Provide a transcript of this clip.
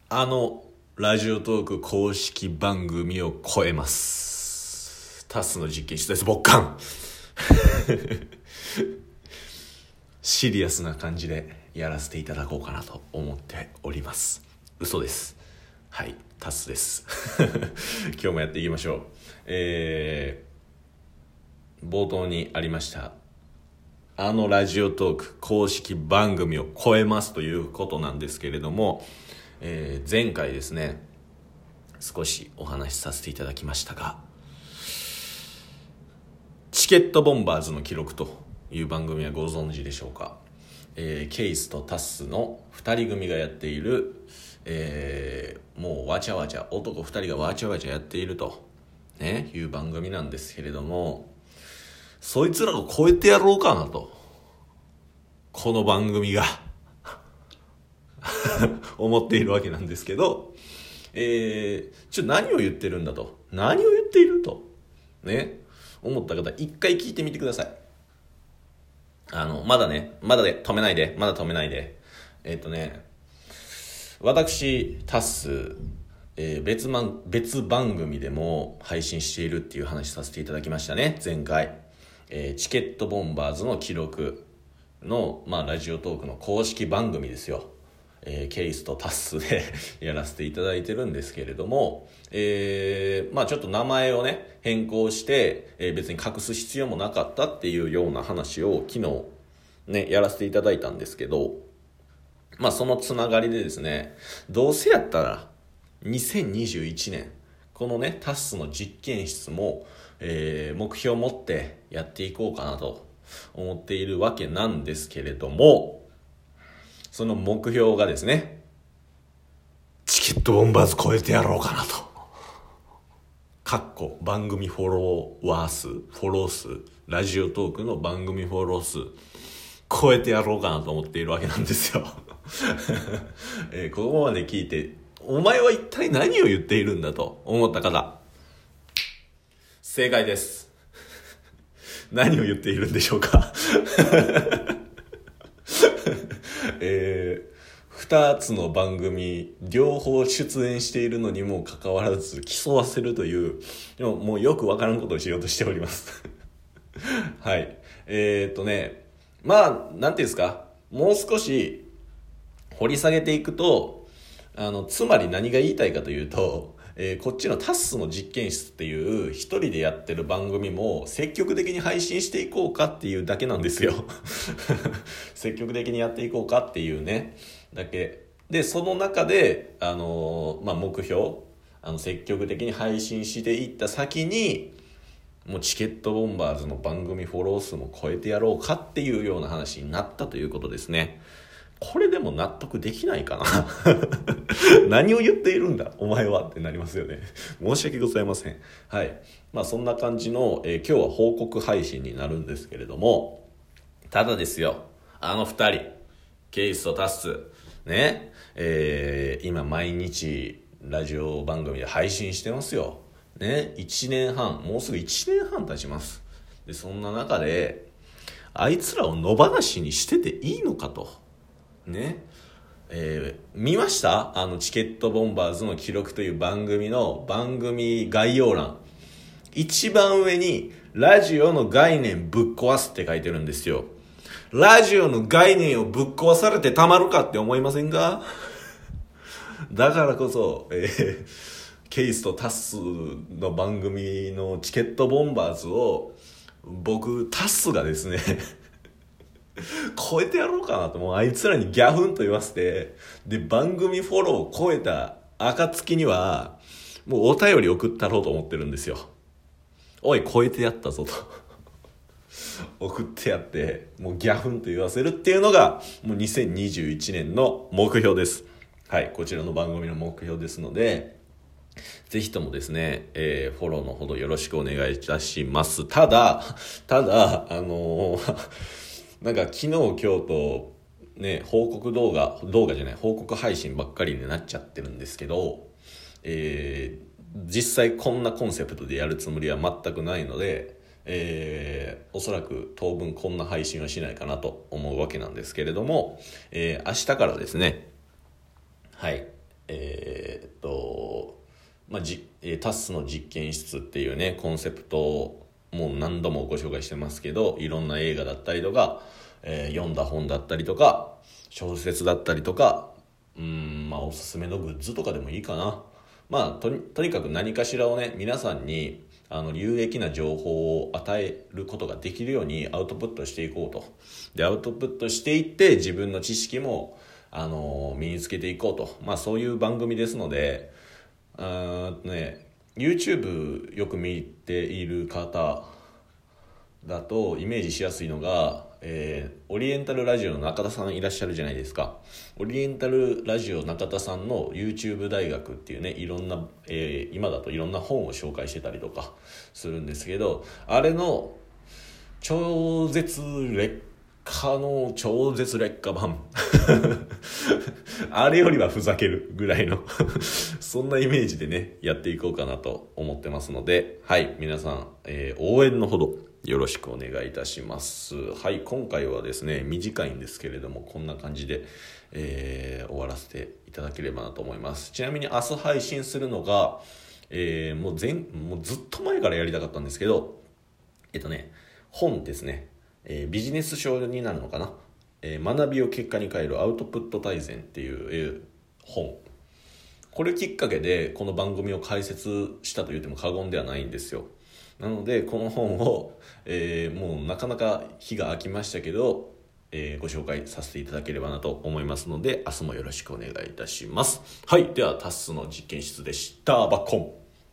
ラジオトーク公式番組を超えます。タスの実験室です。勃刊シリアスな感じでやらせていただこうかなと思っております。嘘です。はい、タスです今日もやっていきましょう。冒頭にありましたラジオトーク公式番組を超えますということなんですけれども、前回ですね少しお話しさせていただきましたが、チケットボンバーズの記録という番組はご存知でしょうか。ケイスとタスの2人組がやっている、もうわちゃわちゃ男2人がわちゃわちゃやっていると、いう番組なんですけれども、そいつらを超えてやろうかなと、この番組が思っているわけなんですけど、何を言ってるんだと、何を言っていると思った方一回聞いてみてください。まだ止めないで私タス、別番組でも配信しているっていう話させていただきましたね、前回。チケットボンバーズの記録の、ラジオトークの公式番組ですよ。ケイスとタスでやらせていただいてるんですけれども、ちょっと名前をね変更して、別に隠す必要もなかったっていうような話を昨日ねやらせていただいたんですけど、そのつながりでですね、どうせやったら2021年このねタスの実験室も、目標を持ってやっていこうかなと思っているわけなんですけれども、その目標がですね、チケットボンバーズ超えてやろうかなと。番組フォロー数、ラジオトークの番組フォロー数超えてやろうかなと思っているわけなんですよ、ここまで聞いてお前は一体何を言っているんだと思った方、正解です。何を言っているんでしょうか2つの番組両方出演しているのにもかかわらず競わせるという、でももうよくわからんことをしようとしておりますはい。なんていうんですか、もう少し掘り下げていくと、つまり何が言いたいかというと、こっちのタッスの実験室っていう一人でやってる番組も積極的に配信していこうかっていうだけなんですよ積極的にやっていこうかっていうねだけで、その中で目標、積極的に配信していった先にもうチケットボンバーズの番組フォロー数も超えてやろうかっていうような話になったということですね。これでも納得できないかな何を言っているんだお前はってなりますよね。申し訳ございません。はい。そんな感じの、今日は報告配信になるんですけれども、ただですよ、二人ケイスとタスね、今毎日ラジオ番組で配信してますよね。1年半、もうすぐ1年半経ちます。でそんな中であいつらを野放しにしてていいのかとね、見ました？チケットボンバーズの記録という番組の番組概要欄、一番上にラジオの概念ぶっ壊すって書いてるんですよ。ラジオの概念をぶっ壊されてたまるかって思いませんか？だからこそ、ケイスとタスの番組のチケットボンバーズを僕タスがですね超えてやろうかなと、もうあいつらにギャフンと言わせて、で番組フォローを超えた暁にはもうお便り送ったろうと思ってるんですよ。おい超えてやったぞと送ってやって、もうギャフンと言わせるっていうのがもう2021年の目標です。はい、こちらの番組の目標ですので、ぜひともですね、フォローのほどよろしくお願いいたします。ただなんか昨日今日とね報告配信ばっかりになっちゃってるんですけど、実際こんなコンセプトでやるつもりは全くないので、おそらく当分こんな配信はしないかなと思うわけなんですけれども、明日からですね、はい、 タスの実験室っていうねコンセプトをもう何度もご紹介してますけど、いろんな映画だったりとか、読んだ本だったりとか小説だったりとか、おすすめのグッズとかでもいいかな。とにかく何かしらをね皆さんに有益な情報を与えることができるようにアウトプットしていこうと。でアウトプットしていって自分の知識も身につけていこうと、そういう番組ですので、YouTube よく見ている方だとイメージしやすいのが、オリエンタルラジオの中田さんいらっしゃるじゃないですか。オリエンタルラジオ中田さんの YouTube 大学っていうねいろんな、今だといろんな本を紹介してたりとかするんですけど、あれの超絶劣化の超絶劣化版あれよりはふざけるぐらいのそんなイメージでねやっていこうかなと思ってますので、はい皆さん、応援のほどよろしくお願いいたします。はい、今回はですね短いんですけれどもこんな感じで、終わらせていただければなと思います。ちなみに明日配信するのが、もうずっと前からやりたかったんですけど本ですね、ビジネス書になるのかな、学びを結果に変えるアウトプット大全っていう、本、これきっかけでこの番組を開設したと言っても過言ではないんですよ。なのでこの本を、もうなかなか日が空きましたけど、ご紹介させていただければなと思いますので明日もよろしくお願いいたします。はい、ではタスの実験室でした。バッコン。